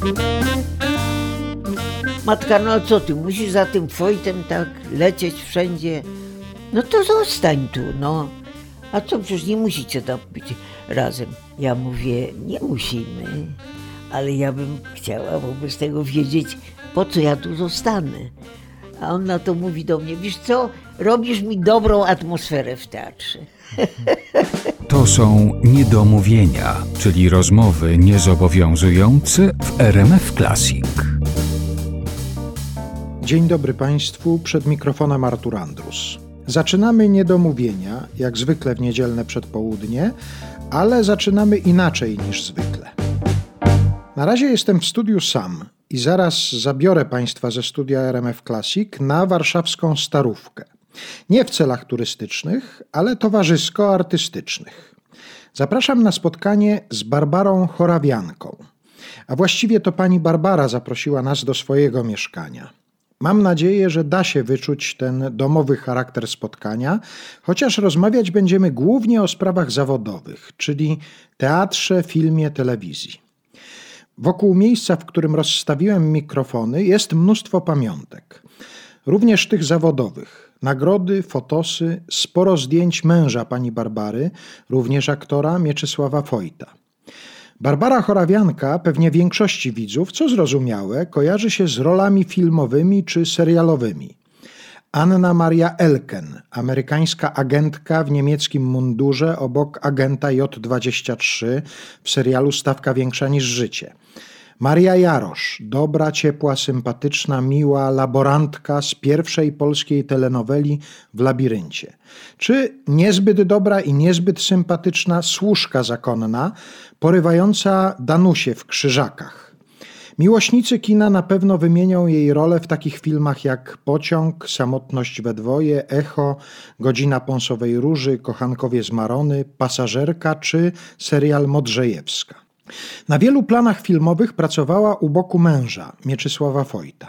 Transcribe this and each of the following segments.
Matka, no co ty, musisz za tym Wojtem tak lecieć wszędzie? No to zostań tu, no. A co, przecież nie musicie tam być razem. Ja mówię, nie musimy, ale ja bym chciała wobec tego wiedzieć, po co ja tu zostanę. A on na to mówi do mnie, wiesz co, robisz mi dobrą atmosferę w teatrze. To są niedomówienia, czyli rozmowy niezobowiązujące w RMF Classic. Dzień dobry Państwu, przed mikrofonem Artur Andrus. Zaczynamy niedomówienia, jak zwykle w niedzielne przedpołudnie, ale zaczynamy inaczej niż zwykle. Na razie jestem w studiu sam i zaraz zabiorę Państwa ze studia RMF Classic na warszawską Starówkę. Nie w celach turystycznych, ale towarzysko-artystycznych. Zapraszam na spotkanie z Barbarą Chorawianką. A właściwie to pani Barbara zaprosiła nas do swojego mieszkania. Mam nadzieję, że da się wyczuć ten domowy charakter spotkania, chociaż rozmawiać będziemy głównie o sprawach zawodowych, czyli teatrze, filmie, telewizji. Wokół miejsca, w którym rozstawiłem mikrofony, jest mnóstwo pamiątek. Również tych zawodowych. Nagrody, fotosy, sporo zdjęć męża pani Barbary, również aktora Mieczysława Fojta. Barbara Chorawianka, pewnie większości widzów, co zrozumiałe, kojarzy się z rolami filmowymi czy serialowymi. Anna Maria Elken, amerykańska agentka w niemieckim mundurze obok agenta J-23 w serialu Stawka większa niż życie. Maria Jarosz, dobra, ciepła, sympatyczna, miła laborantka z pierwszej polskiej telenoweli W labiryncie. Czy niezbyt dobra i niezbyt sympatyczna służka zakonna, porywająca Danusię w Krzyżakach. Miłośnicy kina na pewno wymienią jej rolę w takich filmach jak Pociąg, Samotność we dwoje, Echo, Godzina Pąsowej Róży, Kochankowie z Marony, Pasażerka czy serial Modrzejewska. Na wielu planach filmowych pracowała u boku męża, Mieczysława Fojta.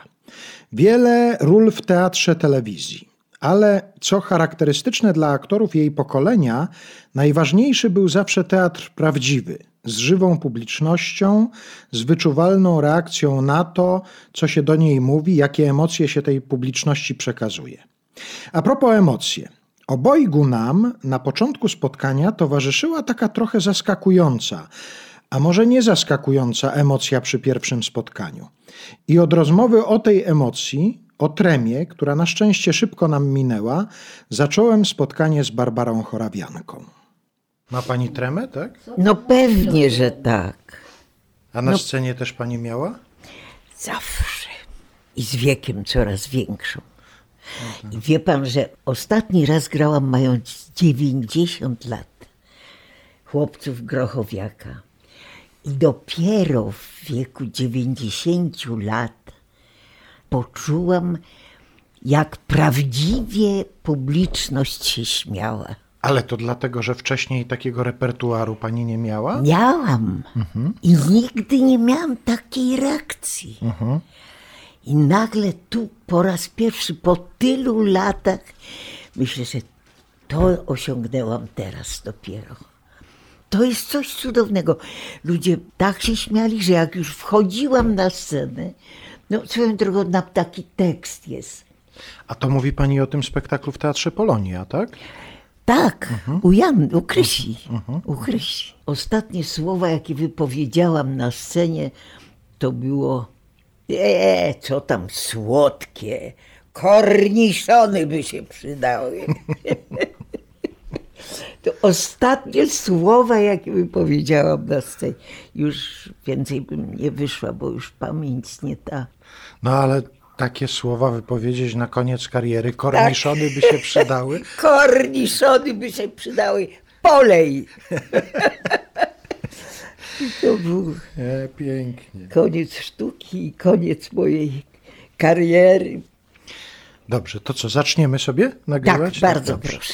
Wiele ról w teatrze, telewizji. Ale co charakterystyczne dla aktorów jej pokolenia, najważniejszy był zawsze teatr prawdziwy, z żywą publicznością, z wyczuwalną reakcją na to, co się do niej mówi, jakie emocje się tej publiczności przekazuje. A propos emocje. Obojgu nam na początku spotkania towarzyszyła taka trochę zaskakująca, a może nie zaskakująca emocja przy pierwszym spotkaniu. I od rozmowy o tej emocji, o tremie, która na szczęście szybko nam minęła, zacząłem spotkanie z Barbarą Chorawianką. Ma pani tremę, tak? No pewnie, że tak. A na scenie też pani miała? Zawsze. I z wiekiem coraz większą. I wie pan, że ostatni raz grałam mając 90 lat. Chłopców Grochowiaka. I dopiero w wieku 90 lat poczułam, jak prawdziwie publiczność się śmiała. Ale to dlatego, że wcześniej takiego repertuaru pani nie miała? Miałam. I nigdy nie miałam takiej reakcji. I nagle tu po raz pierwszy po tylu latach myślę, że to osiągnęłam teraz dopiero. To jest coś cudownego. Ludzie tak się śmiali, że jak już wchodziłam na scenę, no swoją drogą taki tekst jest. A to mówi pani o tym spektaklu w Teatrze Polonia, tak? Tak, u Krysi. U Krysi. Ostatnie słowa, jakie wypowiedziałam na scenie, to było co tam słodkie, korniszony by się przydały. To ostatnie słowa, jakie wypowiedziałam na scenie. Już więcej bym nie wyszła, bo już pamięć nie ta. No ale takie słowa wypowiedzieć na koniec kariery, korniszony by się przydały. Korniszony by się przydały. Polej! I to był pięknie. Koniec sztuki i koniec mojej kariery. Dobrze, to co, zaczniemy sobie nagrywać? Tak, bardzo proszę.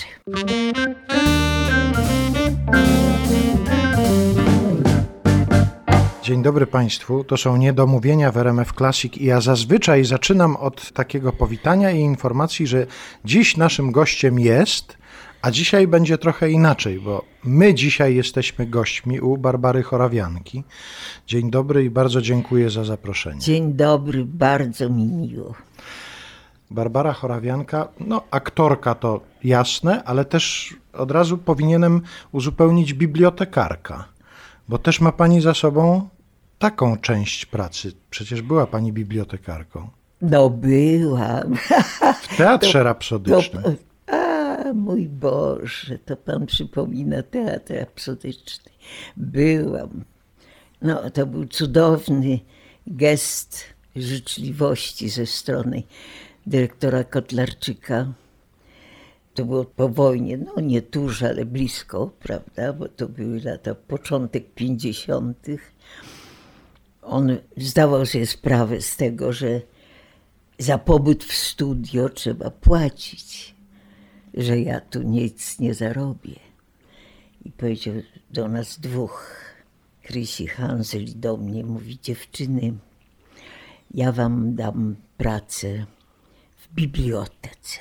Dzień dobry Państwu, to są niedomówienia w RMF Classic i ja zazwyczaj zaczynam od takiego powitania i informacji, że dziś naszym gościem jest A dzisiaj będzie trochę inaczej, bo my dzisiaj jesteśmy gośćmi u Barbary Chorawianki. Dzień dobry i bardzo dziękuję za zaproszenie. Dzień dobry, bardzo mi miło. Barbara Chorawianka, aktorka to jasne, ale też od razu powinienem uzupełnić bibliotekarka, bo też ma pani za sobą taką część pracy. Przecież była pani bibliotekarką. No byłam. W Teatrze Rapsodycznym. Mój Boże, to pan przypomina Teatr Rapsodyczny. Byłam. To był cudowny gest życzliwości ze strony dyrektora Kotlarczyka. To było po wojnie, nie tuż, ale blisko, prawda, bo to były lata początek 50. On zdawał sobie sprawę z tego, że za pobyt w studio trzeba płacić, że ja tu nic nie zarobię. I powiedział do nas dwóch, Krysi Hanzel i do mnie, mówi: dziewczyny, ja wam dam pracę w bibliotece.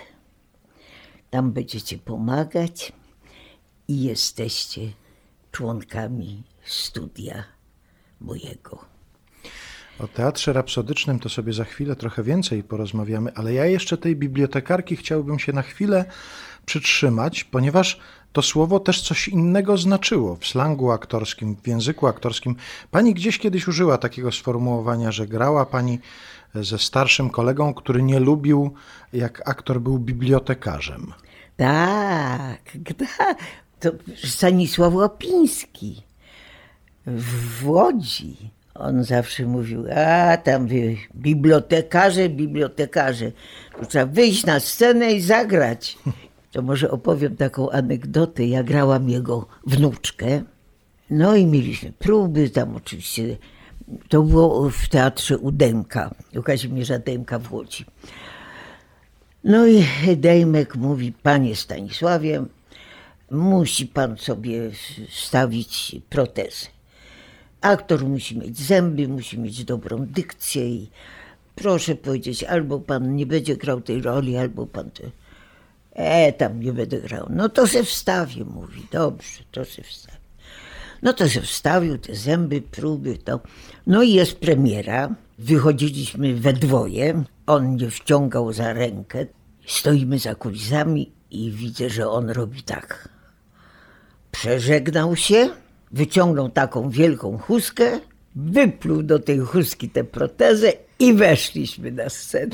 Tam będziecie pomagać i jesteście członkami studia mojego. O Teatrze Rapsodycznym to sobie za chwilę trochę więcej porozmawiamy, ale ja jeszcze tej bibliotekarki chciałbym się na chwilę przytrzymać, ponieważ to słowo też coś innego znaczyło w slangu aktorskim, w języku aktorskim. Pani gdzieś kiedyś użyła takiego sformułowania, że grała pani ze starszym kolegą, który nie lubił, jak aktor był bibliotekarzem. Tak. To Stanisław Łapiński w Łodzi. On zawsze mówił: tam wy bibliotekarze, to trzeba wyjść na scenę i zagrać. To może opowiem taką anegdotę. Ja grałam jego wnuczkę. I mieliśmy próby, tam oczywiście, to było w Teatrze u Dejmka, u Kazimierza Dejmka w Łodzi. I Dejmek mówi: panie Stanisławie, musi pan sobie wstawić protezę. Aktor musi mieć zęby, musi mieć dobrą dykcję i proszę powiedzieć, albo pan nie będzie grał tej roli, albo pan tam nie będę grał. To se wstawię, mówi. Dobrze, to se wstawię. To se wstawił te zęby, próby, to. I jest premiera. Wychodziliśmy we dwoje. On mnie wciągał za rękę. Stoimy za kulisami i widzę, że on robi tak. Przeżegnał się, wyciągnął taką wielką chustkę, wypluł do tej chustki tę protezę i weszliśmy na scenę.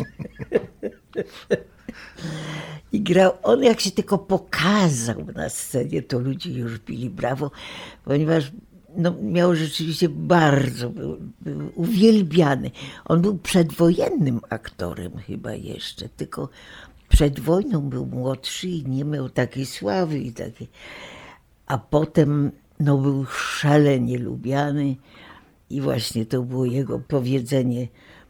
I grał on, jak się tylko pokazał na scenie, to ludzie już bili brawo, ponieważ miał rzeczywiście był uwielbiany. On był przedwojennym aktorem chyba jeszcze, tylko przed wojną był młodszy i nie miał takiej sławy i takiej. A potem był szalenie lubiany i właśnie to było jego powiedzenie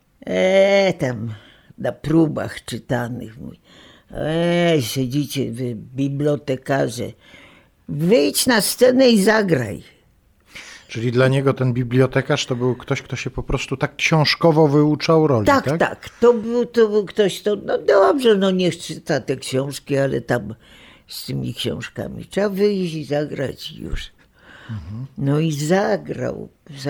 tam na próbach czytanych. Mówi: siedzicie wy bibliotekarze, wyjdź na scenę i zagraj. Czyli dla niego ten bibliotekarz to był ktoś, kto się po prostu tak książkowo wyuczał roli, tak? Tak. To był ktoś, dobrze, niech czyta te książki, ale tam z tymi książkami trzeba wyjść i zagrać już. I zagrał.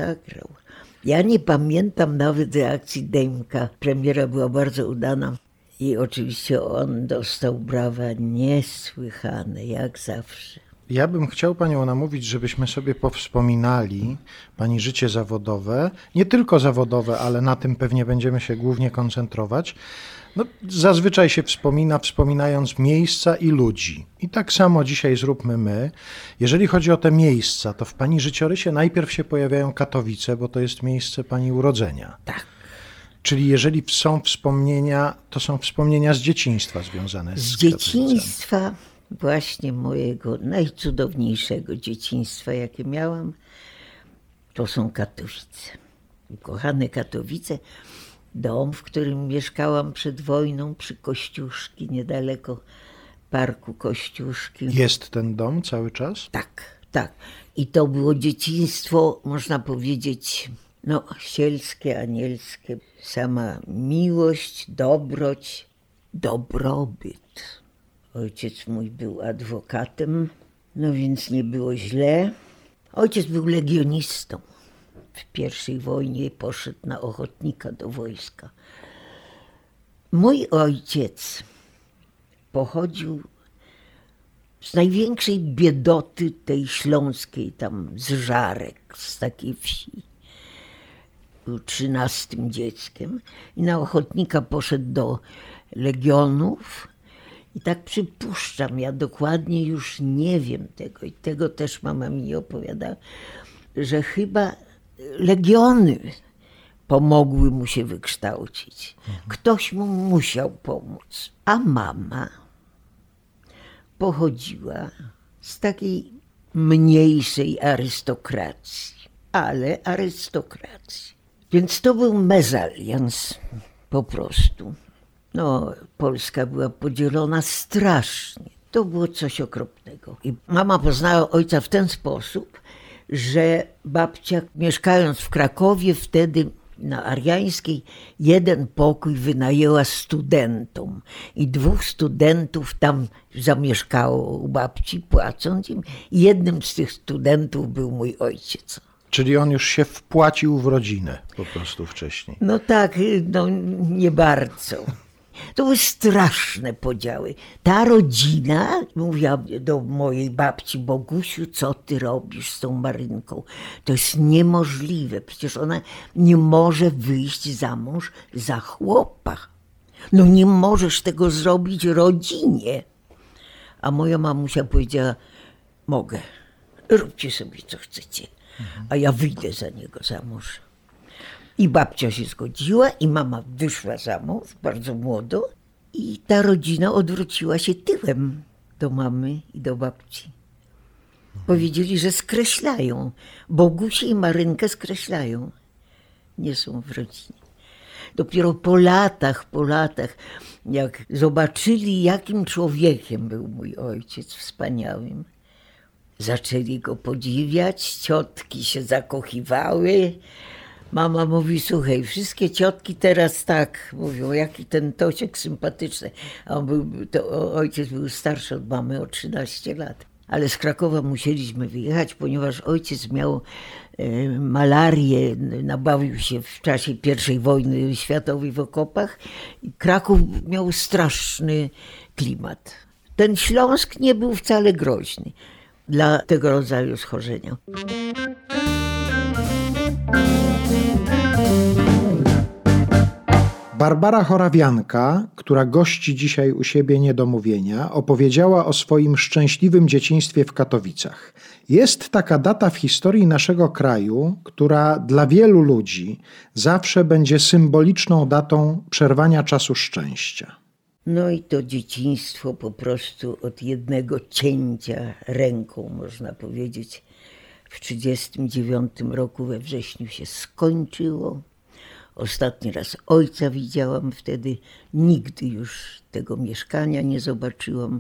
Ja nie pamiętam nawet reakcji Dejmka. Premiera była bardzo udana i oczywiście on dostał brawa niesłychane, jak zawsze. Ja bym chciał panią namówić, żebyśmy sobie powspominali pani życie zawodowe, nie tylko zawodowe, ale na tym pewnie będziemy się głównie koncentrować. Zazwyczaj się wspominając miejsca i ludzi. I tak samo dzisiaj zróbmy my. Jeżeli chodzi o te miejsca, to w pani życiorysie najpierw się pojawiają Katowice, bo to jest miejsce pani urodzenia. Tak. Czyli jeżeli są wspomnienia, to są wspomnienia z dzieciństwa związane z dzieciństwa, właśnie mojego najcudowniejszego dzieciństwa, jakie miałam, to są Katowice. Ukochane Katowice. Dom, w którym mieszkałam przed wojną, przy Kościuszki, niedaleko parku Kościuszki. Jest ten dom cały czas? Tak. I to było dzieciństwo, można powiedzieć, sielskie, anielskie. Sama miłość, dobroć, dobrobyt. Ojciec mój był adwokatem, no więc nie było źle. Ojciec był legionistą. W I wojnie poszedł na ochotnika do wojska. Mój ojciec pochodził z największej biedoty tej śląskiej, tam z Żarek, z takiej wsi. Był 13 dzieckiem i na ochotnika poszedł do legionów. I tak przypuszczam, ja dokładnie już nie wiem tego i tego też mama mi nie opowiadała, że chyba legiony pomogły mu się wykształcić. Ktoś mu musiał pomóc. A mama pochodziła z takiej mniejszej arystokracji, ale arystokracji. Więc to był mezalians po prostu. No, Polska była podzielona strasznie. To było coś okropnego. I mama poznała ojca w ten sposób, że babcia, mieszkając w Krakowie wtedy na Ariańskiej, jeden pokój wynajęła studentom. I 2 studentów tam zamieszkało u babci, płacąc im. I jednym z tych studentów był mój ojciec. Czyli on już się wpłacił w rodzinę po prostu wcześniej. No tak, no nie bardzo. To były straszne podziały. Ta rodzina mówiła do mojej babci: Bogusiu, co ty robisz z tą Marynką? To jest niemożliwe, przecież ona nie może wyjść za mąż za chłopa. No nie możesz tego zrobić rodzinie. A moja mamusia powiedziała: mogę, róbcie sobie co chcecie, a ja wyjdę za niego za mąż. I babcia się zgodziła i mama wyszła za mąż bardzo młodo i ta rodzina odwróciła się tyłem do mamy i do babci. Powiedzieli, że skreślają. Bogusię i Marynkę skreślają. Nie są w rodzinie. Dopiero po latach, jak zobaczyli, jakim człowiekiem był mój ojciec, wspaniałym, zaczęli go podziwiać, ciotki się zakochiwały. Mama mówi: słuchaj, wszystkie ciotki teraz tak mówią, jaki ten Tosiek sympatyczny. A ojciec był starszy od mamy o 13 lat. Ale z Krakowa musieliśmy wyjechać, ponieważ ojciec miał malarię, nabawił się w czasie I wojny światowej w okopach. Kraków miał straszny klimat. Ten Śląsk nie był wcale groźny dla tego rodzaju schorzenia. Barbara Chorawianka, która gości dzisiaj u siebie Niedomówienia, opowiedziała o swoim szczęśliwym dzieciństwie w Katowicach. Jest taka data w historii naszego kraju, która dla wielu ludzi zawsze będzie symboliczną datą przerwania czasu szczęścia. No i to dzieciństwo po prostu od jednego cięcia ręką, można powiedzieć, w 1939 roku we wrześniu się skończyło. Ostatni raz ojca widziałam wtedy, nigdy już tego mieszkania nie zobaczyłam.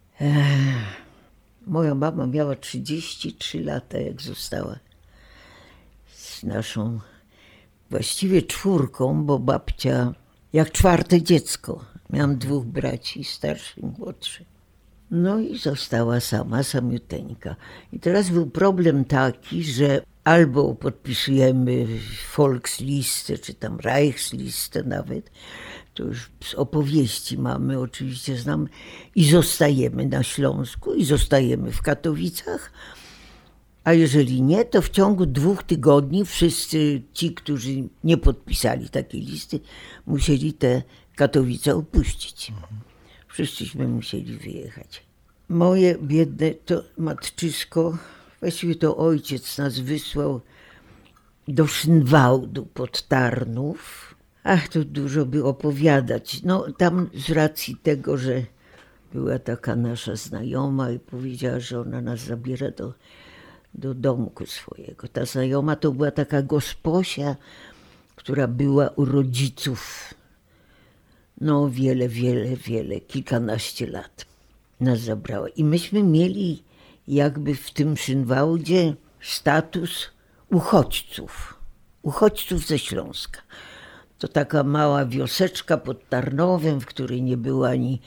Moja mama miała 33 lata, jak została z naszą właściwie 4, bo babcia jak 4 dziecko. Miałam 2 braci, starszy i młodszy. No i została sama, samiuteńka. I teraz był problem taki, że albo podpisujemy Volkslistę, czy tam Reichslistę nawet, to już z opowieści mamy, oczywiście znam, i zostajemy na Śląsku, i zostajemy w Katowicach, a jeżeli nie, to w ciągu 2 tygodni wszyscy ci, którzy nie podpisali takiej listy, musieli te Katowice opuścić. Wszyscyśmy musieli wyjechać. Moje biedne to matczysko, właściwie to ojciec nas wysłał do Szynwałdu pod Tarnów. Ach, to dużo by opowiadać. No tam z racji tego, że była taka nasza znajoma i powiedziała, że ona nas zabiera do domku swojego. Ta znajoma to była taka gosposia, która była u rodziców no wiele, kilkanaście lat. Nas zabrała. I myśmy mieli jakby w tym Szynwałdzie status uchodźców ze Śląska. To taka mała wioseczka pod Tarnowem, w której nie było ani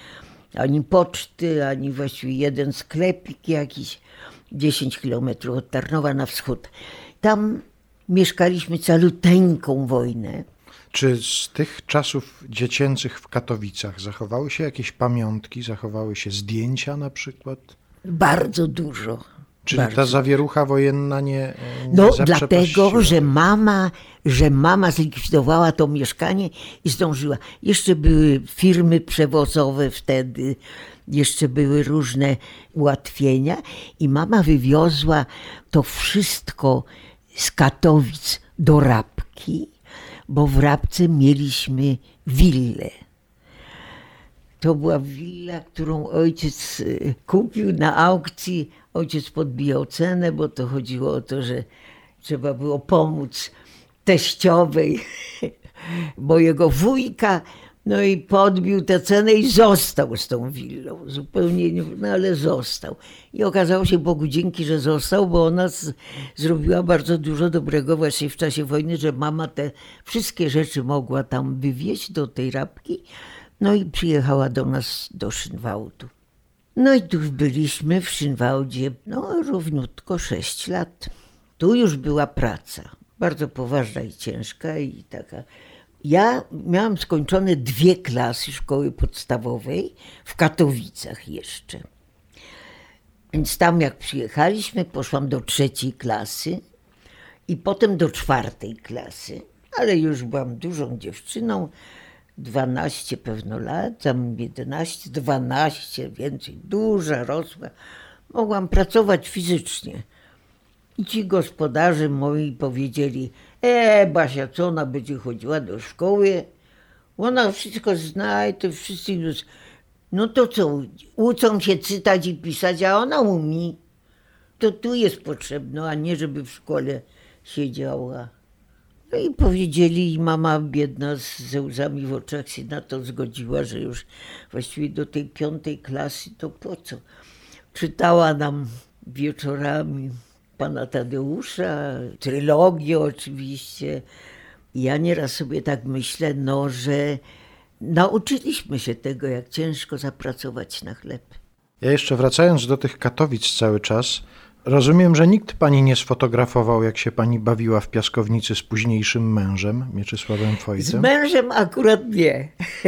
ani poczty, ani właściwie jeden sklepik jakiś, 10 kilometrów od Tarnowa na wschód. Tam mieszkaliśmy caluteńką wojnę. Czy z tych czasów dziecięcych w Katowicach zachowały się jakieś pamiątki, zachowały się zdjęcia na przykład? Bardzo dużo. Czyli bardzo. ta zawierucha wojenna nie No zaprzepaściła? dlatego, że mama zlikwidowała to mieszkanie i zdążyła. Jeszcze były firmy przewozowe wtedy, jeszcze były różne ułatwienia i mama wywiozła to wszystko z Katowic do Rabki, bo w Rabce mieliśmy willę. To była willa, którą ojciec kupił na aukcji. Ojciec podbijał cenę, bo to chodziło o to, że trzeba było pomóc teściowej mojego wujka. No i podbił tę cenę i został z tą willą. Zupełnie, no ale został. I okazało się, Bogu dzięki, że został, bo ona zrobiła bardzo dużo dobrego właśnie w czasie wojny, że mama te wszystkie rzeczy mogła tam wywieźć do tej Rabki. No i przyjechała do nas do Szynwałdu. No i tu byliśmy w Szynwałdzie, no równiutko 6 lat. Tu już była praca, bardzo poważna i ciężka i taka. Ja miałam skończone 2 klasy szkoły podstawowej w Katowicach jeszcze. Więc tam jak przyjechaliśmy, poszłam do 3. klasy i potem do 4. klasy, ale już byłam dużą dziewczyną. 12 pewno lat, tam 11, 12, więcej, duża, rosła. Mogłam pracować fizycznie. I ci gospodarze moi powiedzieli, Basia, co ona będzie chodziła do szkoły? Ona wszystko zna i to wszyscy już... No to co, uczą się czytać i pisać, a ona umie. To tu jest potrzebne, a nie żeby w szkole siedziała. No i powiedzieli, i mama biedna ze łzami w oczach się na to zgodziła, że już właściwie do tej 5. klasy to po co? Czytała nam wieczorami pana Tadeusza, trylogię oczywiście. I ja nieraz sobie tak myślę, no, że nauczyliśmy się tego, jak ciężko zapracować na chleb. Ja jeszcze wracając do tych Katowic cały czas, rozumiem, że nikt pani nie sfotografował, jak się pani bawiła w piaskownicy z późniejszym mężem, Mieczysławem Fojtem? Z mężem akurat nie.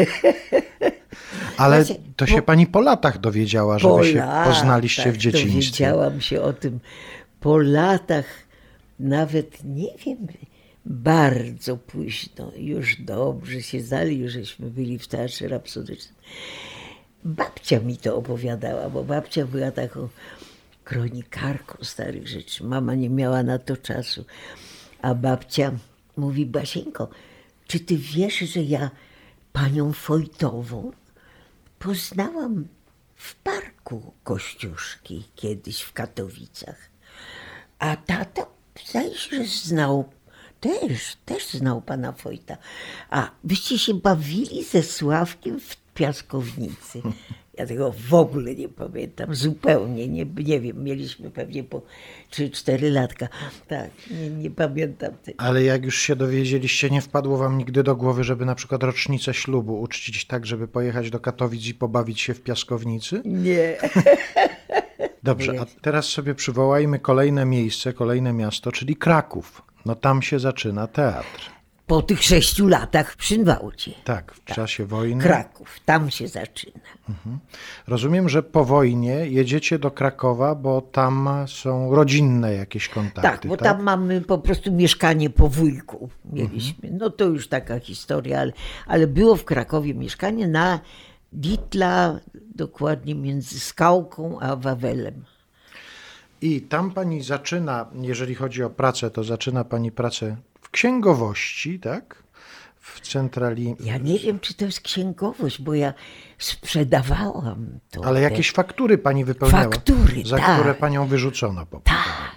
Ale Znaczy, to się pani po latach dowiedziała, że wy się poznaliście w dzieciństwie. Dowiedziałam się o tym po latach, nawet nie wiem, bardzo późno, już dobrze się znali, już żeśmy byli w teatrze rapsodycznym. Babcia mi to opowiadała, bo babcia była taką kronikarką starych rzeczy. Mama nie miała na to czasu. A babcia mówi, Basieńko, czy ty wiesz, że ja panią Fojtową poznałam w parku Kościuszki kiedyś w Katowicach. A tata zdaje się, że znał, też znał pana Fojta. A wyście się bawili ze Sławkiem w piaskownicy. Ja tego w ogóle nie pamiętam, zupełnie, nie wiem, mieliśmy pewnie po 3-4 latka. Tak, nie pamiętam tego. Ale jak już się dowiedzieliście, nie wpadło wam nigdy do głowy, żeby na przykład rocznicę ślubu uczcić tak, żeby pojechać do Katowic i pobawić się w piaskownicy? Nie. Dobrze, a teraz sobie przywołajmy kolejne miejsce, kolejne miasto, czyli Kraków. No tam się zaczyna teatr. Po tych 6 latach w Szynwałdzie. Tak, w czasie wojny. Kraków, tam się zaczyna. Rozumiem, że po wojnie jedziecie do Krakowa, bo tam są rodzinne jakieś kontakty. Tak, bo tam mamy po prostu mieszkanie po wujku mieliśmy. No to już taka historia, ale było w Krakowie mieszkanie na Ditla, dokładnie między Skałką a Wawelem. I tam pani zaczyna, jeżeli chodzi o pracę, to zaczyna pani pracę w księgowości, tak? W centrali. Ja nie wiem, czy to jest księgowość, bo ja sprzedawałam to. Ale jakieś faktury pani wypełniała? Faktury, za tak. które panią wyrzucono po Tak.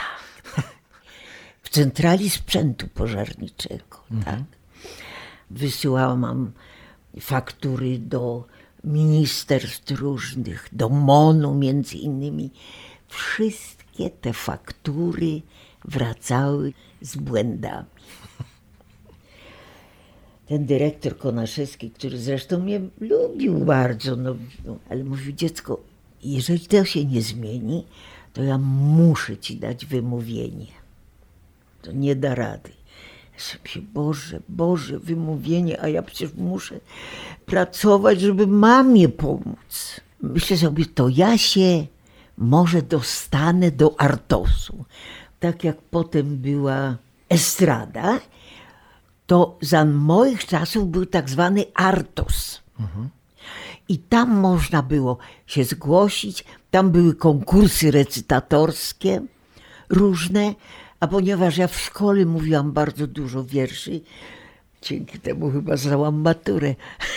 W centrali sprzętu pożarniczego, tak. Wysyłałam faktury do ministerstw różnych, do MON-u między innymi. Wszystkie te faktury wracały z błędami. ten dyrektor Konaszewski, który zresztą mnie lubił bardzo, ale mówił: dziecko, jeżeli to się nie zmieni, to ja muszę ci dać wymówienie. To nie da rady. Ja sobie, Boże, wymówienie, a ja przecież muszę pracować, żeby mamie pomóc. Myślę sobie, to ja się może dostanę do Artosu. Tak jak potem była estrada, to za moich czasów był tak zwany Artos. I tam można było się zgłosić, tam były konkursy recytatorskie różne, a ponieważ ja w szkole mówiłam bardzo dużo wierszy, dzięki temu chyba zdałam maturę.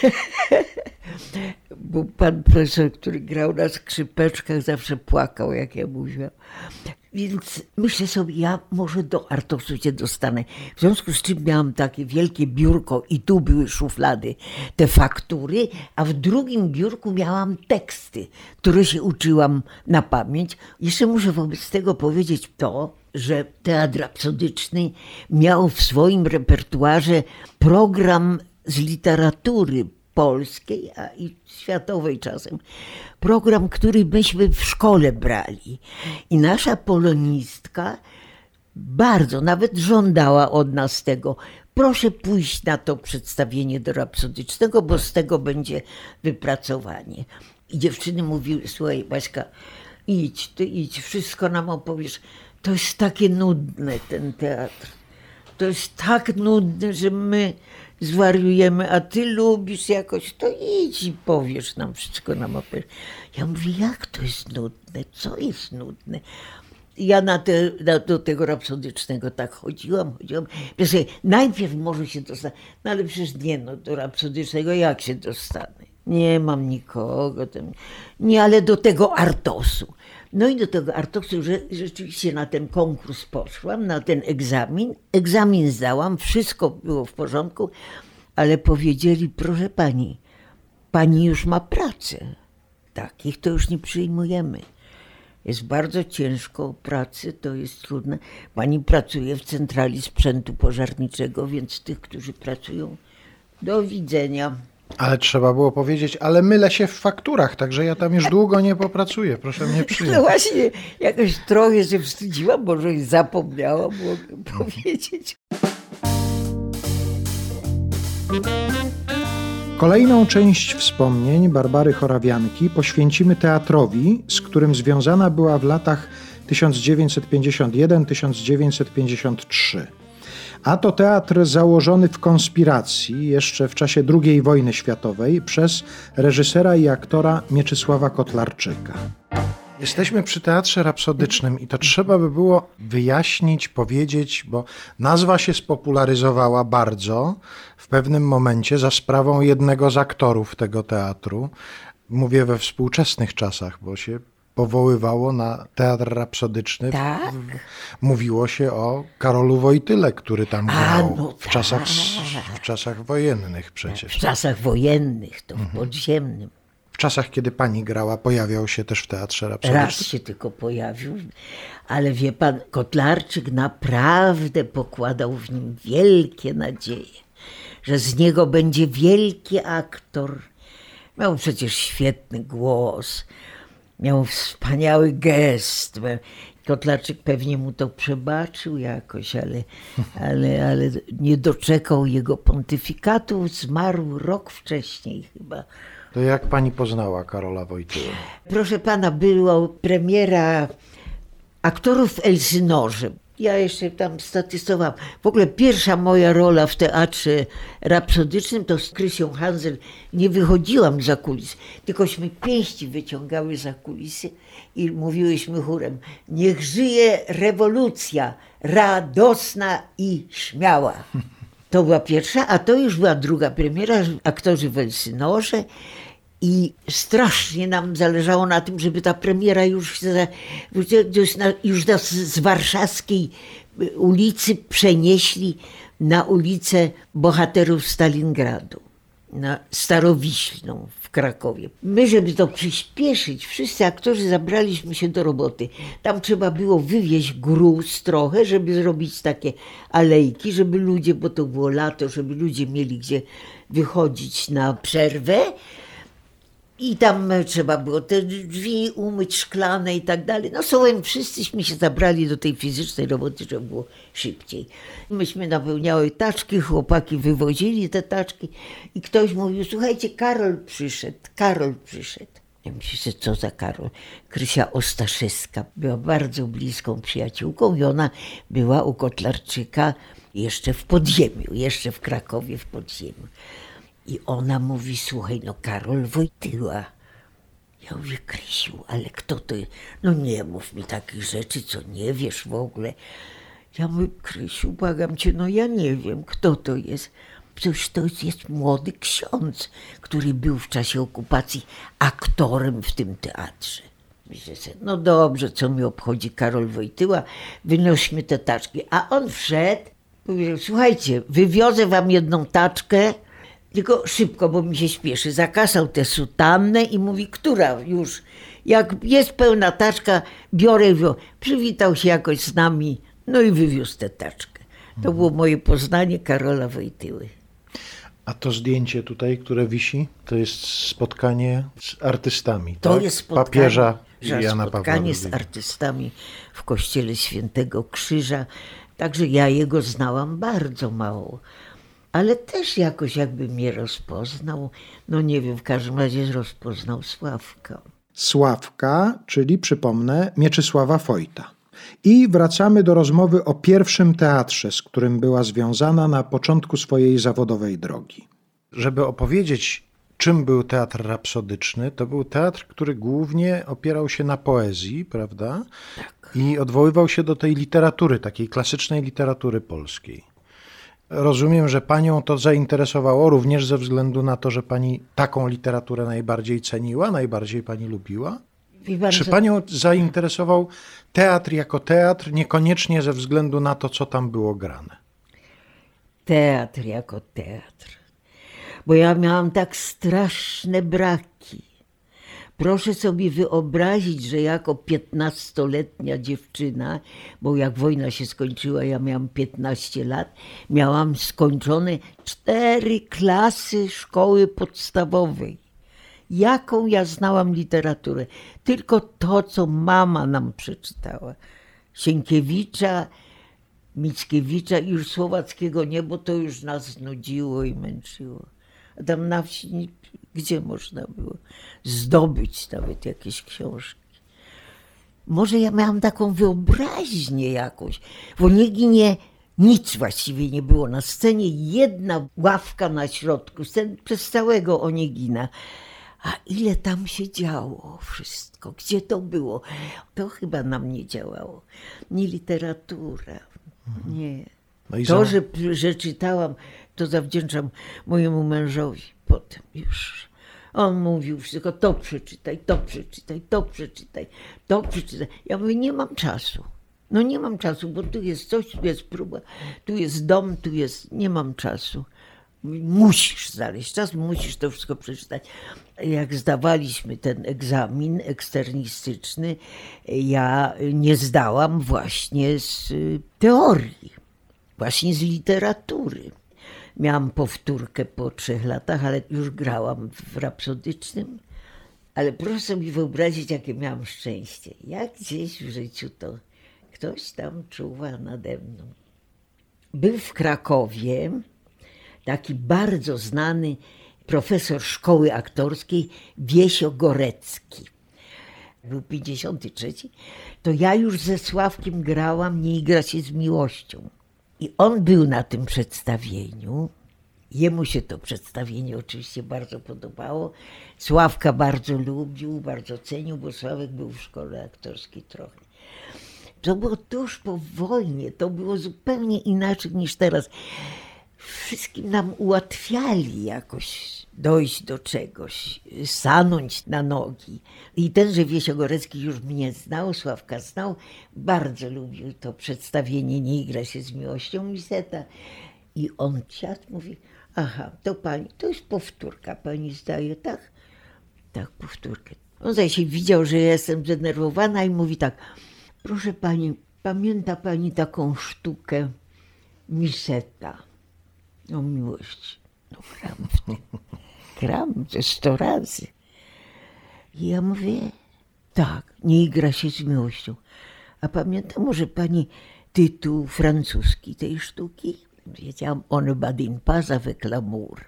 Bo pan profesor, który grał na skrzypeczkach, zawsze płakał, jak ja mówiłam. Więc myślę sobie, ja może do Artosu się dostanę. W związku z czym miałam takie wielkie biurko i tu były szuflady, te faktury, a w drugim biurku miałam teksty, które się uczyłam na pamięć. Jeszcze muszę wobec tego powiedzieć to, że Teatr Rapsodyczny miał w swoim repertuarze program z literatury polskiej, a i światowej czasem. Program, który myśmy w szkole brali. I nasza polonistka bardzo nawet żądała od nas tego: proszę pójść na to przedstawienie do Rapsodycznego, bo z tego będzie wypracowanie. I dziewczyny mówiły: słuchaj, Baśka, idź, ty idź, wszystko nam opowiesz. To jest takie nudne, ten teatr. To jest tak nudne, że my zwariujemy, a ty lubisz jakoś, to idź i powiesz nam, wszystko nam opowiesz. Ja mówię: jak to jest nudne? Co jest nudne? Ja do tego Rapsodycznego tak chodziłam. Że najpierw może się dostanę, no ale przecież nie, do Rapsodycznego jak się dostanę? Nie mam nikogo. Nie, ale do tego Artosu. No i do tego Artosu, że rzeczywiście na ten konkurs poszłam, na ten egzamin. Egzamin zdałam, wszystko było w porządku, ale powiedzieli: proszę pani już ma pracę. Takich to już nie przyjmujemy. Jest bardzo ciężko pracy, to jest trudne. Pani pracuje w centrali sprzętu pożarniczego, więc tych, którzy pracują, do widzenia. Ale trzeba było powiedzieć: ale mylę się w fakturach, także ja tam już długo nie popracuję, proszę mnie przyjąć. No właśnie, jakoś trochę się wstydziłam, może i zapomniałam, mogę powiedzieć. Kolejną część wspomnień Barbary Chorawianki poświęcimy teatrowi, z którym związana była w latach 1951-1953. A to teatr założony w konspiracji jeszcze w czasie II wojny światowej przez reżysera i aktora Mieczysława Kotlarczyka. Jesteśmy przy Teatrze Rapsodycznym i to trzeba by było wyjaśnić, powiedzieć, bo nazwa się spopularyzowała bardzo w pewnym momencie za sprawą jednego z aktorów tego teatru. Mówię we współczesnych czasach, bo się powoływało na Teatr Rapsodyczny. Tak? Mówiło się o Karolu Wojtyle, który tam grał no w czasach wojennych przecież. W czasach wojennych, to w podziemnym. W czasach, kiedy pani grała, pojawiał się też w Teatrze Rapsodycznym? Raz się tylko pojawił, ale wie pan, Kotlarczyk naprawdę pokładał w nim wielkie nadzieje, że z niego będzie wielki aktor. Miał przecież świetny głos, miał wspaniały gest. Kotlarczyk pewnie mu to przebaczył jakoś, ale nie doczekał jego pontyfikatu, zmarł rok wcześniej chyba. To jak pani poznała Karola Wojtyłę? Proszę pana, była premiera aktorów w Elsynorze. Ja jeszcze tam statystowałam. W ogóle pierwsza moja rola w Teatrze Rapsodycznym to z Krysią Hanzel. Nie wychodziłam za kulis, tylkośmy pięści wyciągały za kulisy i mówiłyśmy chórem: niech żyje rewolucja, radosna i śmiała. To była pierwsza, a to już była druga premiera, aktorzy w Elsynorze. I strasznie nam zależało na tym, żeby ta premiera już nas z warszawskiej ulicy przenieśli na ulicę Bohaterów Stalingradu. na Starowiślną w Krakowie. My, żeby to przyspieszyć, wszyscy aktorzy zabraliśmy się do roboty. Tam trzeba było wywieźć gruz trochę, żeby zrobić takie alejki, żeby ludzie, bo to było lato, żeby ludzie mieli gdzie wychodzić na przerwę. I tam trzeba było te drzwi umyć, szklane i tak dalej. No słowem, wszyscyśmy się zabrali do tej fizycznej roboty, żeby było szybciej. Myśmy napełniały taczki, chłopaki wywozili te taczki i ktoś mówił, słuchajcie, Karol przyszedł. Ja myślę, co za Karol? Krysia Ostaszewska była bardzo bliską przyjaciółką i ona była u Kotlarczyka jeszcze w podziemiu, jeszcze w Krakowie w podziemiu. I ona mówi, słuchaj, no Karol Wojtyła. Ja mówię, Krysiu, ale kto to jest? No nie mów mi takich rzeczy, co nie wiesz w ogóle. Ja mówię, Krysiu, błagam cię, no ja nie wiem, kto to jest. Przecież to jest młody ksiądz, który był w czasie okupacji aktorem w tym teatrze. Myślę sobie, no dobrze, co mi obchodzi Karol Wojtyła, wynośmy te taczki. A on wszedł, powiedział, słuchajcie, wywiozę wam jedną taczkę, tylko szybko, bo mi się śpieszy. Zakasał tę sutannę i mówi, która już? Jak jest pełna taczka, biorę. Przywitał się jakoś z nami, no i wywiózł tę taczkę. To było moje poznanie Karola Wojtyły. A to zdjęcie tutaj, które wisi, to jest spotkanie z artystami, To tak? jest spotkanie, Papieża i Jana Pawła spotkanie II. z artystami w kościele Świętego Krzyża. Także ja jego znałam bardzo mało. Ale też jakoś jakby mnie rozpoznał. No nie wiem, w każdym razie rozpoznał Sławka. Sławka, czyli przypomnę, Mieczysława Fojta. I wracamy do rozmowy o pierwszym teatrze, z którym była związana na początku swojej zawodowej drogi. Żeby opowiedzieć, czym był teatr rapsodyczny, to był teatr, który głównie opierał się na poezji, prawda? Tak. I odwoływał się do tej literatury, takiej klasycznej literatury polskiej. Rozumiem, że panią to zainteresowało również ze względu na to, że pani taką literaturę najbardziej ceniła, najbardziej pani lubiła? Czy panią zainteresował teatr jako teatr, niekoniecznie ze względu na to, co tam było grane? Teatr jako teatr. Bo ja miałam tak straszne braki. Proszę sobie wyobrazić, że jako 15-letnia dziewczyna, bo jak wojna się skończyła, ja miałam 15 lat, miałam skończone 4 klasy szkoły podstawowej. Jaką ja znałam literaturę? Tylko to, co mama nam przeczytała. Sienkiewicza, Mickiewicza i już Słowackiego nie, bo to już nas nudziło i męczyło. A tam na wsi gdzie można było zdobyć nawet jakieś książki. Może ja miałam taką wyobraźnię jakąś. W Onieginie nic właściwie nie było na scenie. Jedna ławka na środku sceny przez całego Oniegina. A ile tam się działo wszystko, gdzie to było? To chyba na mnie działało. Nie literatura, nie. No i To, że czytałam, to zawdzięczam mojemu mężowi potem już. On mówił wszystko, to przeczytaj, to przeczytaj, to przeczytaj, to przeczytaj. Ja mówię, nie mam czasu. No nie mam czasu, bo tu jest coś, tu jest próba, tu jest dom, tu jest... Nie mam czasu. Musisz znaleźć czas, musisz to wszystko przeczytać. Jak zdawaliśmy ten egzamin eksternistyczny, ja nie zdałam właśnie z teorii, właśnie z literatury. Miałam powtórkę po 3 latach, ale już grałam w rapsodycznym. Ale proszę sobie wyobrazić, jakie miałam szczęście. Jak gdzieś w życiu to ktoś tam czuwa nade mną. Był w Krakowie taki bardzo znany profesor szkoły aktorskiej Wiesio Gorecki. Był 53. To ja już ze Sławkiem grałam Nie igra się z miłością. I on był na tym przedstawieniu. Jemu się to przedstawienie oczywiście bardzo podobało. Sławka bardzo lubił, bardzo cenił, bo Sławek był w szkole aktorskiej trochę. To było tuż po wojnie, to było zupełnie inaczej niż teraz. Wszystkim nam ułatwiali jakoś dojść do czegoś, stanąć na nogi. I tenże Wiesio Gorecki już mnie znał, Sławka znał, bardzo lubił to przedstawienie Nie igra się z miłością Miseta. I on siadł, mówi, Aha, to pani, to jest powtórka, pani zdaje, tak? Tak, powtórkę. On zaś się widział, że ja jestem zdenerwowana i mówi tak, proszę pani, pamięta pani taką sztukę Miseta o miłości? No gram ze 100 razy. I ja mówię, tak, nie igra się z miłością. A pamięta może pani tytuł francuski tej sztuki? Wiedziałam, on badin pas avec l'amour.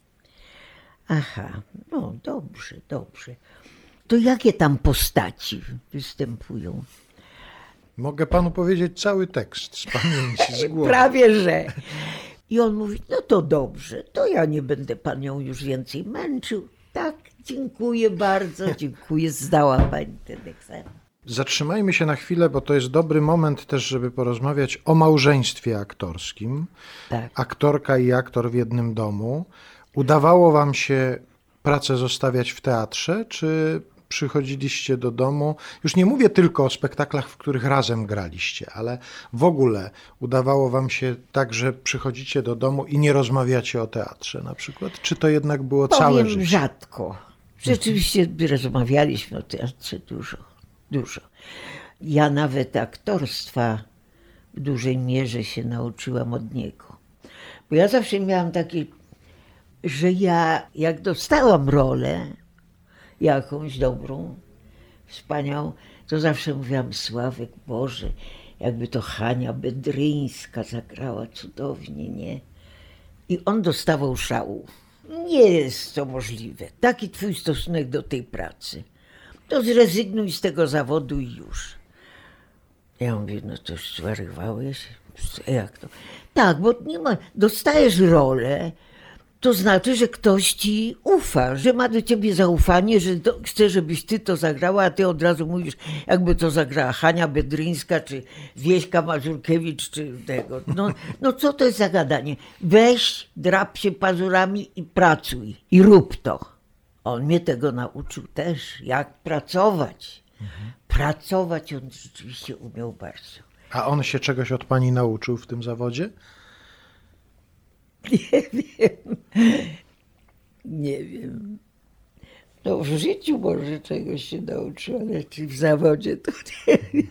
Aha, no dobrze. To jakie tam postaci występują? Mogę panu powiedzieć cały tekst z pamięci, z głowy. Prawie że. I on mówi, no to dobrze, to ja nie będę panią już więcej męczył. Tak, dziękuję bardzo, dziękuję, zdała pani ten egzamin. Zatrzymajmy się na chwilę, bo to jest dobry moment też, żeby porozmawiać o małżeństwie aktorskim. Tak. Aktorka i aktor w jednym domu. Udawało wam się pracę zostawiać w teatrze, czy przychodziliście do domu? Już nie mówię tylko o spektaklach, w których razem graliście, ale w ogóle udawało wam się tak, że przychodzicie do domu i nie rozmawiacie o teatrze na przykład? Czy to jednak było całe życie? Rzadko. Rzeczywiście rozmawialiśmy o teatrze dużo. Ja nawet aktorstwa w dużej mierze się nauczyłam od niego. Bo ja zawsze miałam takie, że ja jak dostałam rolę jakąś dobrą, wspaniałą, to zawsze mówiłam, Sławek, Boże, jakby to Hania Bedryńska zagrała cudownie, nie? I on dostawał szału. Nie jest to możliwe. Taki twój stosunek do tej pracy. To zrezygnuj z tego zawodu i już. Ja mówię, no to już zwariowałeś? Jak to? Tak, bo nie ma, dostajesz rolę, to znaczy, że ktoś ci ufa, że ma do ciebie zaufanie, że chce, żebyś ty to zagrała, a ty od razu mówisz, jakby to zagrała Hania Bedryńska, czy Wieśka Mazurkiewicz, czy tego. No co to jest za gadanie? Weź, drap się pazurami i pracuj. I rób to. On mnie tego nauczył też, jak pracować. Pracować on rzeczywiście umiał bardzo. A on się czegoś od pani nauczył w tym zawodzie? Nie wiem. No w życiu może czegoś się nauczył, ale czy w zawodzie to nie wiem.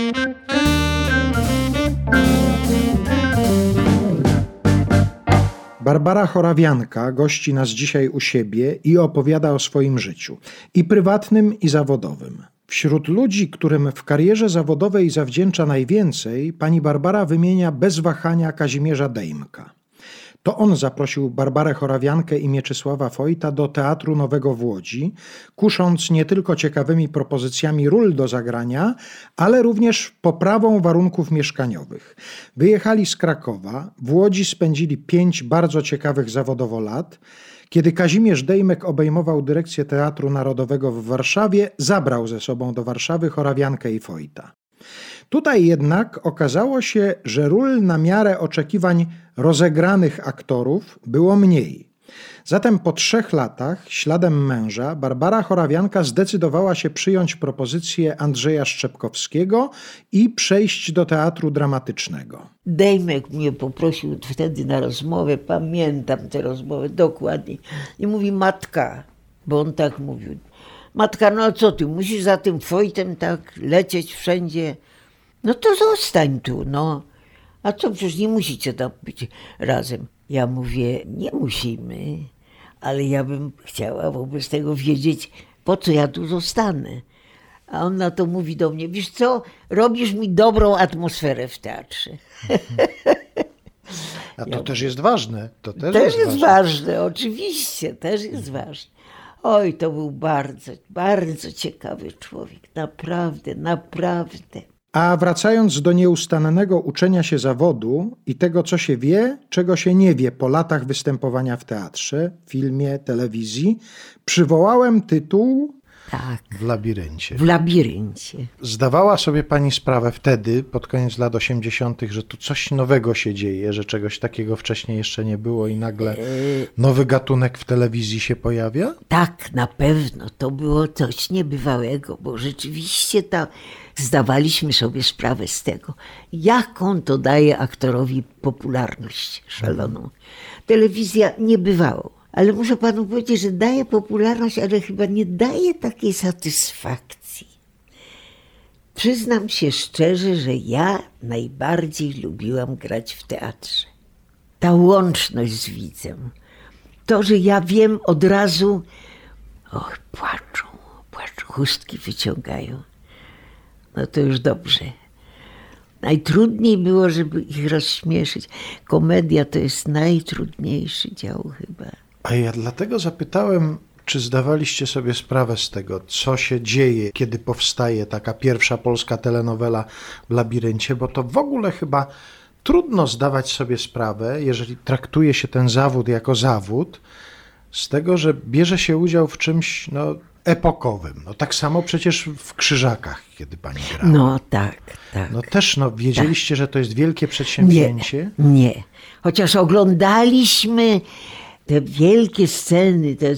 Barbara Chorawianka gości nas dzisiaj u siebie i opowiada o swoim życiu, i prywatnym, i zawodowym. Wśród ludzi, którym w karierze zawodowej zawdzięcza najwięcej, pani Barbara wymienia bez wahania Kazimierza Dejmka. To on zaprosił Barbarę Chorawiankę i Mieczysława Fojta do Teatru Nowego w Łodzi, kusząc nie tylko ciekawymi propozycjami ról do zagrania, ale również poprawą warunków mieszkaniowych. Wyjechali z Krakowa, w Łodzi spędzili 5 bardzo ciekawych zawodowo lat. Kiedy Kazimierz Dejmek obejmował dyrekcję Teatru Narodowego w Warszawie, zabrał ze sobą do Warszawy Chorawiankę i Fojta. Tutaj jednak okazało się, że ról na miarę oczekiwań rozegranych aktorów było mniej. Zatem po 3 latach, śladem męża, Barbara Chorawianka zdecydowała się przyjąć propozycję Andrzeja Szczepkowskiego i przejść do teatru dramatycznego. Dejmek mnie poprosił wtedy na rozmowę, pamiętam tę rozmowę dokładnie. I mówi, matka, bo on tak mówił, matka, no co ty, musisz za tym Fojtem tak lecieć wszędzie? No to zostań tu, no. A co, przecież nie musicie tam być razem. Ja mówię, nie musimy, ale ja bym chciała wobec tego wiedzieć, po co ja tu zostanę. A on na to mówi do mnie, wiesz co, robisz mi dobrą atmosferę w teatrze. A to też jest ważne. To też jest ważne, oczywiście, też jest ważne. Oj, to był bardzo, bardzo ciekawy człowiek, naprawdę. A wracając do nieustannego uczenia się zawodu i tego, co się wie, czego się nie wie po latach występowania w teatrze, filmie, telewizji, przywołałem tytuł Tak. W labiryncie. W labiryncie. Zdawała sobie pani sprawę wtedy, pod koniec lat 80., że tu coś nowego się dzieje, że czegoś takiego wcześniej jeszcze nie było i nagle nowy gatunek w telewizji się pojawia? Tak, na pewno. To było coś niebywałego, bo rzeczywiście zdawaliśmy sobie sprawę z tego, jaką to daje aktorowi popularność szaloną. Telewizja nie bywało. Ale muszę panu powiedzieć, że daje popularność, ale chyba nie daje takiej satysfakcji. Przyznam się szczerze, że ja najbardziej lubiłam grać w teatrze. Ta łączność z widzem. To, że ja wiem od razu, płaczą, chustki wyciągają. No to już dobrze. Najtrudniej było, żeby ich rozśmieszyć. Komedia to jest najtrudniejszy dział chyba. A ja dlatego zapytałem, czy zdawaliście sobie sprawę z tego, co się dzieje, kiedy powstaje taka pierwsza polska telenowela w Labiryncie, bo to w ogóle chyba trudno zdawać sobie sprawę, jeżeli traktuje się ten zawód jako zawód, z tego, że bierze się udział w czymś epokowym. Tak samo przecież w Krzyżakach, kiedy pani grała. No tak. No też wiedzieliście, że to jest wielkie przedsięwzięcie? Nie. Chociaż oglądaliśmy te wielkie sceny, te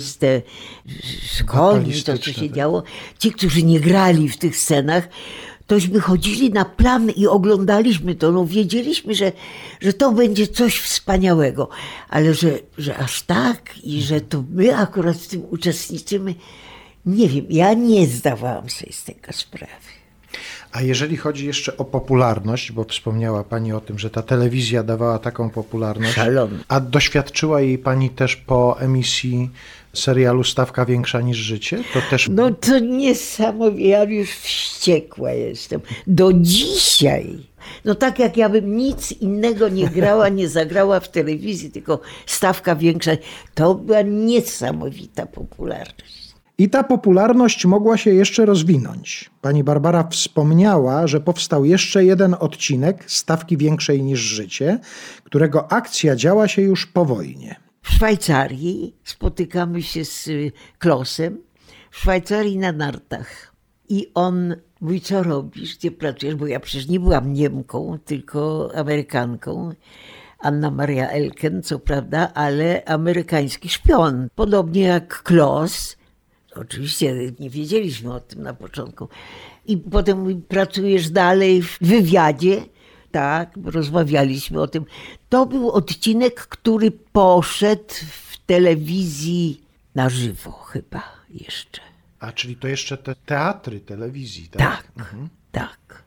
szkolni, to co się działo. Ci, którzy nie grali w tych scenach, tośmy chodzili na plan i oglądaliśmy to. Wiedzieliśmy, że to będzie coś wspaniałego. Ale że aż tak i że to my akurat w tym uczestniczymy, nie wiem. Ja nie zdawałam sobie z tego sprawy. A jeżeli chodzi jeszcze o popularność, bo wspomniała pani o tym, że ta telewizja dawała taką popularność, szalony. A doświadczyła jej pani też po emisji serialu Stawka większa niż życie? To też... No to niesamowite, ja już wściekła jestem. Do dzisiaj. No tak jak ja bym nic innego nie grała, nie zagrała w telewizji, tylko Stawka większa. To była niesamowita popularność. I ta popularność mogła się jeszcze rozwinąć. Pani Barbara wspomniała, że powstał jeszcze jeden odcinek Stawki większej niż życie, którego akcja działa się już po wojnie. W Szwajcarii spotykamy się z Klosem, w Szwajcarii na nartach. I on mówi, co robisz, gdzie pracujesz? Bo ja przecież nie byłam Niemką, tylko Amerykanką. Anna Maria Elken, co prawda, ale amerykański szpion. Podobnie jak Klos. Oczywiście nie wiedzieliśmy o tym na początku. I potem mówi, pracujesz dalej w wywiadzie. Tak, rozmawialiśmy o tym. To był odcinek, który poszedł w telewizji na żywo chyba jeszcze. A czyli to jeszcze te teatry telewizji, tak? Tak, tak.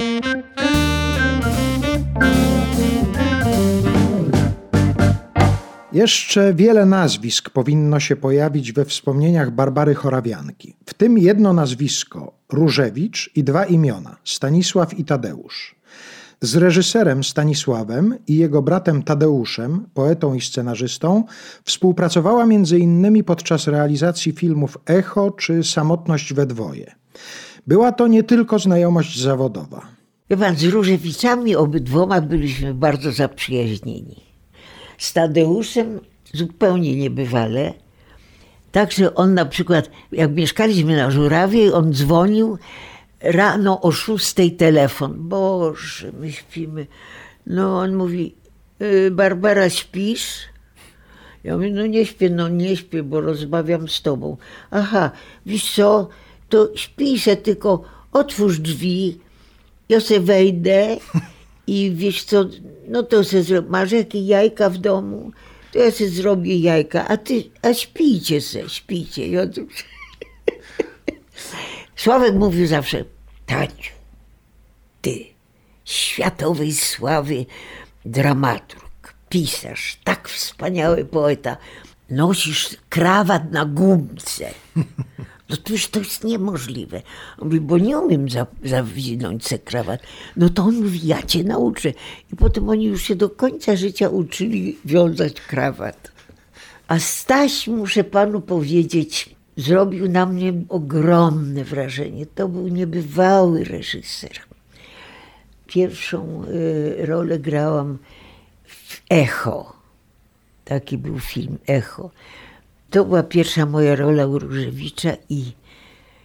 Jeszcze wiele nazwisk powinno się pojawić we wspomnieniach Barbary Chorawianki. W tym jedno nazwisko, Różewicz, i dwa imiona, Stanisław i Tadeusz. Z reżyserem Stanisławem i jego bratem Tadeuszem, poetą i scenarzystą, współpracowała m.in. podczas realizacji filmów Echo czy Samotność we dwoje. Była to nie tylko znajomość zawodowa. Wie pan, z Różewiczami obydwoma byliśmy bardzo zaprzyjaźnieni. Z Tadeuszem zupełnie niebywale. Także on na przykład, jak mieszkaliśmy na Żurawie, on dzwonił rano o 6:00 telefon. Boże, my śpimy. No on mówi, Barbara, śpisz? Ja mówię, nie śpię, bo rozmawiam z tobą. Aha, wiesz co, to śpij se, tylko otwórz drzwi, ja se wejdę i wiesz co, no to se masz jakieś jajka w domu, to ja se zrobię jajka, a śpijcie se, śpijcie. I on... Sławek mówił zawsze, Taniu, ty, światowej sławy dramaturg, pisarz, tak wspaniały poeta, nosisz krawat na gumce. No to już to jest niemożliwe. On mówi, bo nie umiem zawinąć se krawat. No to on mówi, ja cię nauczę. I potem oni już się do końca życia uczyli wiązać krawat. A Staś, muszę panu powiedzieć, zrobił na mnie ogromne wrażenie. To był niebywały reżyser. Pierwszą rolę grałam w Echo. Taki był film Echo. To była pierwsza moja rola u Różewicza i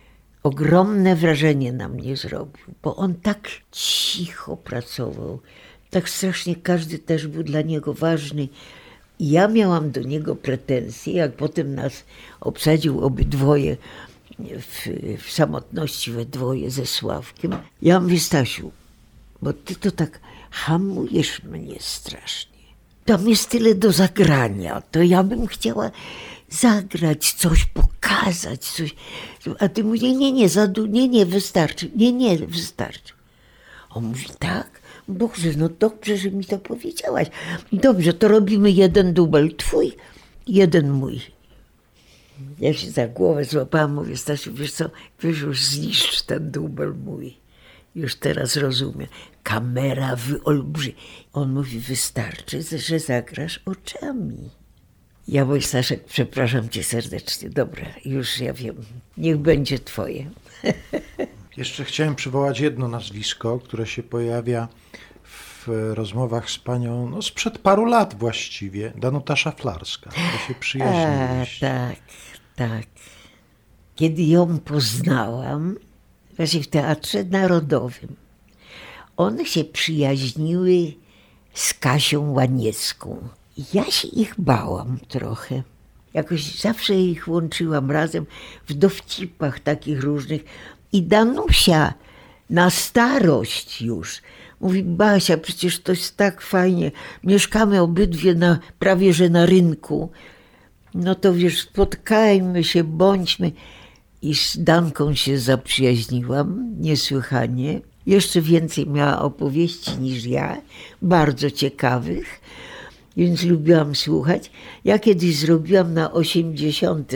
ogromne wrażenie na mnie zrobił, bo on tak cicho pracował, tak strasznie każdy też był dla niego ważny. I ja miałam do niego pretensje, jak potem nas obsadził obydwoje w samotności we dwoje ze Sławkiem. Ja mówię, Stasiu, bo ty to tak hamujesz mnie strasznie. Tam jest tyle do zagrania, to ja bym chciała zagrać coś, pokazać coś. A ty mówisz, nie, wystarczy, nie, wystarczy. On mówi, tak? Boże, no dobrze, że mi to powiedziałaś. Dobrze, to robimy jeden dubel twój, jeden mój. Ja się za głowę złapałam, mówię, Stasiu, wiesz co, weź już zniszcz ten dubel mój. Już teraz rozumiem. Kamera wyolbrzy. On mówi, wystarczy, że zagrasz oczami. Ja mówię, Staszek, przepraszam cię serdecznie. Dobra, już ja wiem. Niech będzie twoje. Jeszcze chciałem przywołać jedno nazwisko, które się pojawia w rozmowach z panią, no sprzed paru lat właściwie, Danuta Szaflarska. To się przyjaźniłyście. Tak. Kiedy ją poznałam, właśnie w Teatrze Narodowym, one się przyjaźniły z Kasią Łaniecką. Ja się ich bałam trochę. Jakoś zawsze ich łączyłam razem w dowcipach takich różnych. I Danusia na starość już mówi, Basia, przecież to jest tak fajnie, mieszkamy obydwie prawie że na rynku, no to wiesz, spotkajmy się, bądźmy. I z Danką się zaprzyjaźniłam niesłychanie. Jeszcze więcej miała opowieści niż ja, bardzo ciekawych, więc lubiłam słuchać. Ja kiedyś zrobiłam na 80.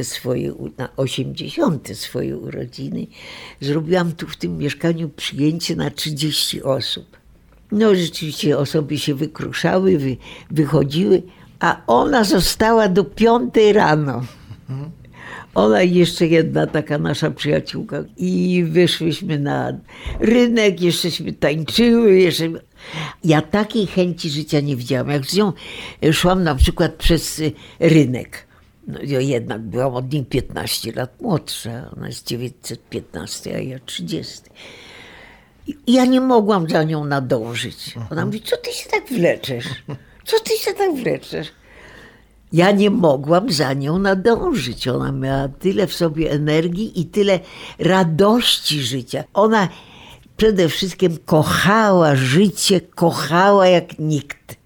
swoje urodziny, zrobiłam tu w tym mieszkaniu przyjęcie na 30 osób. No rzeczywiście osoby się wykruszały, wychodziły, a ona została do 5 rano. Ona i jeszcze jedna taka nasza przyjaciółka. I wyszłyśmy na rynek, jeszcześmy tańczyły. Ja takiej chęci życia nie widziałam. Jak z nią szłam na przykład przez rynek. No ja jednak byłam od niej 15 lat młodsza. Ona jest 915, a ja 30. I ja nie mogłam za nią nadążyć. Ona mówi, co ty się tak wleczesz? Ja nie mogłam za nią nadążyć. Ona miała tyle w sobie energii i tyle radości życia. Ona przede wszystkim kochała życie, kochała jak nikt.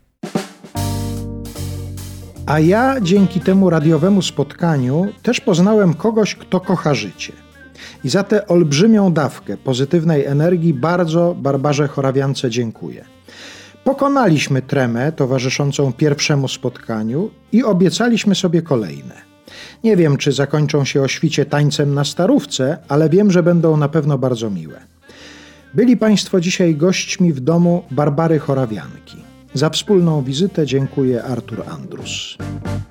A ja dzięki temu radiowemu spotkaniu też poznałem kogoś, kto kocha życie. I za tę olbrzymią dawkę pozytywnej energii bardzo Barbarze Chorawiance dziękuję. Pokonaliśmy tremę towarzyszącą pierwszemu spotkaniu i obiecaliśmy sobie kolejne. Nie wiem, czy zakończą się o świcie tańcem na Starówce, ale wiem, że będą na pewno bardzo miłe. Byli Państwo dzisiaj gośćmi w domu Barbary Chorawianki. Za wspólną wizytę dziękuję Artur Andrus.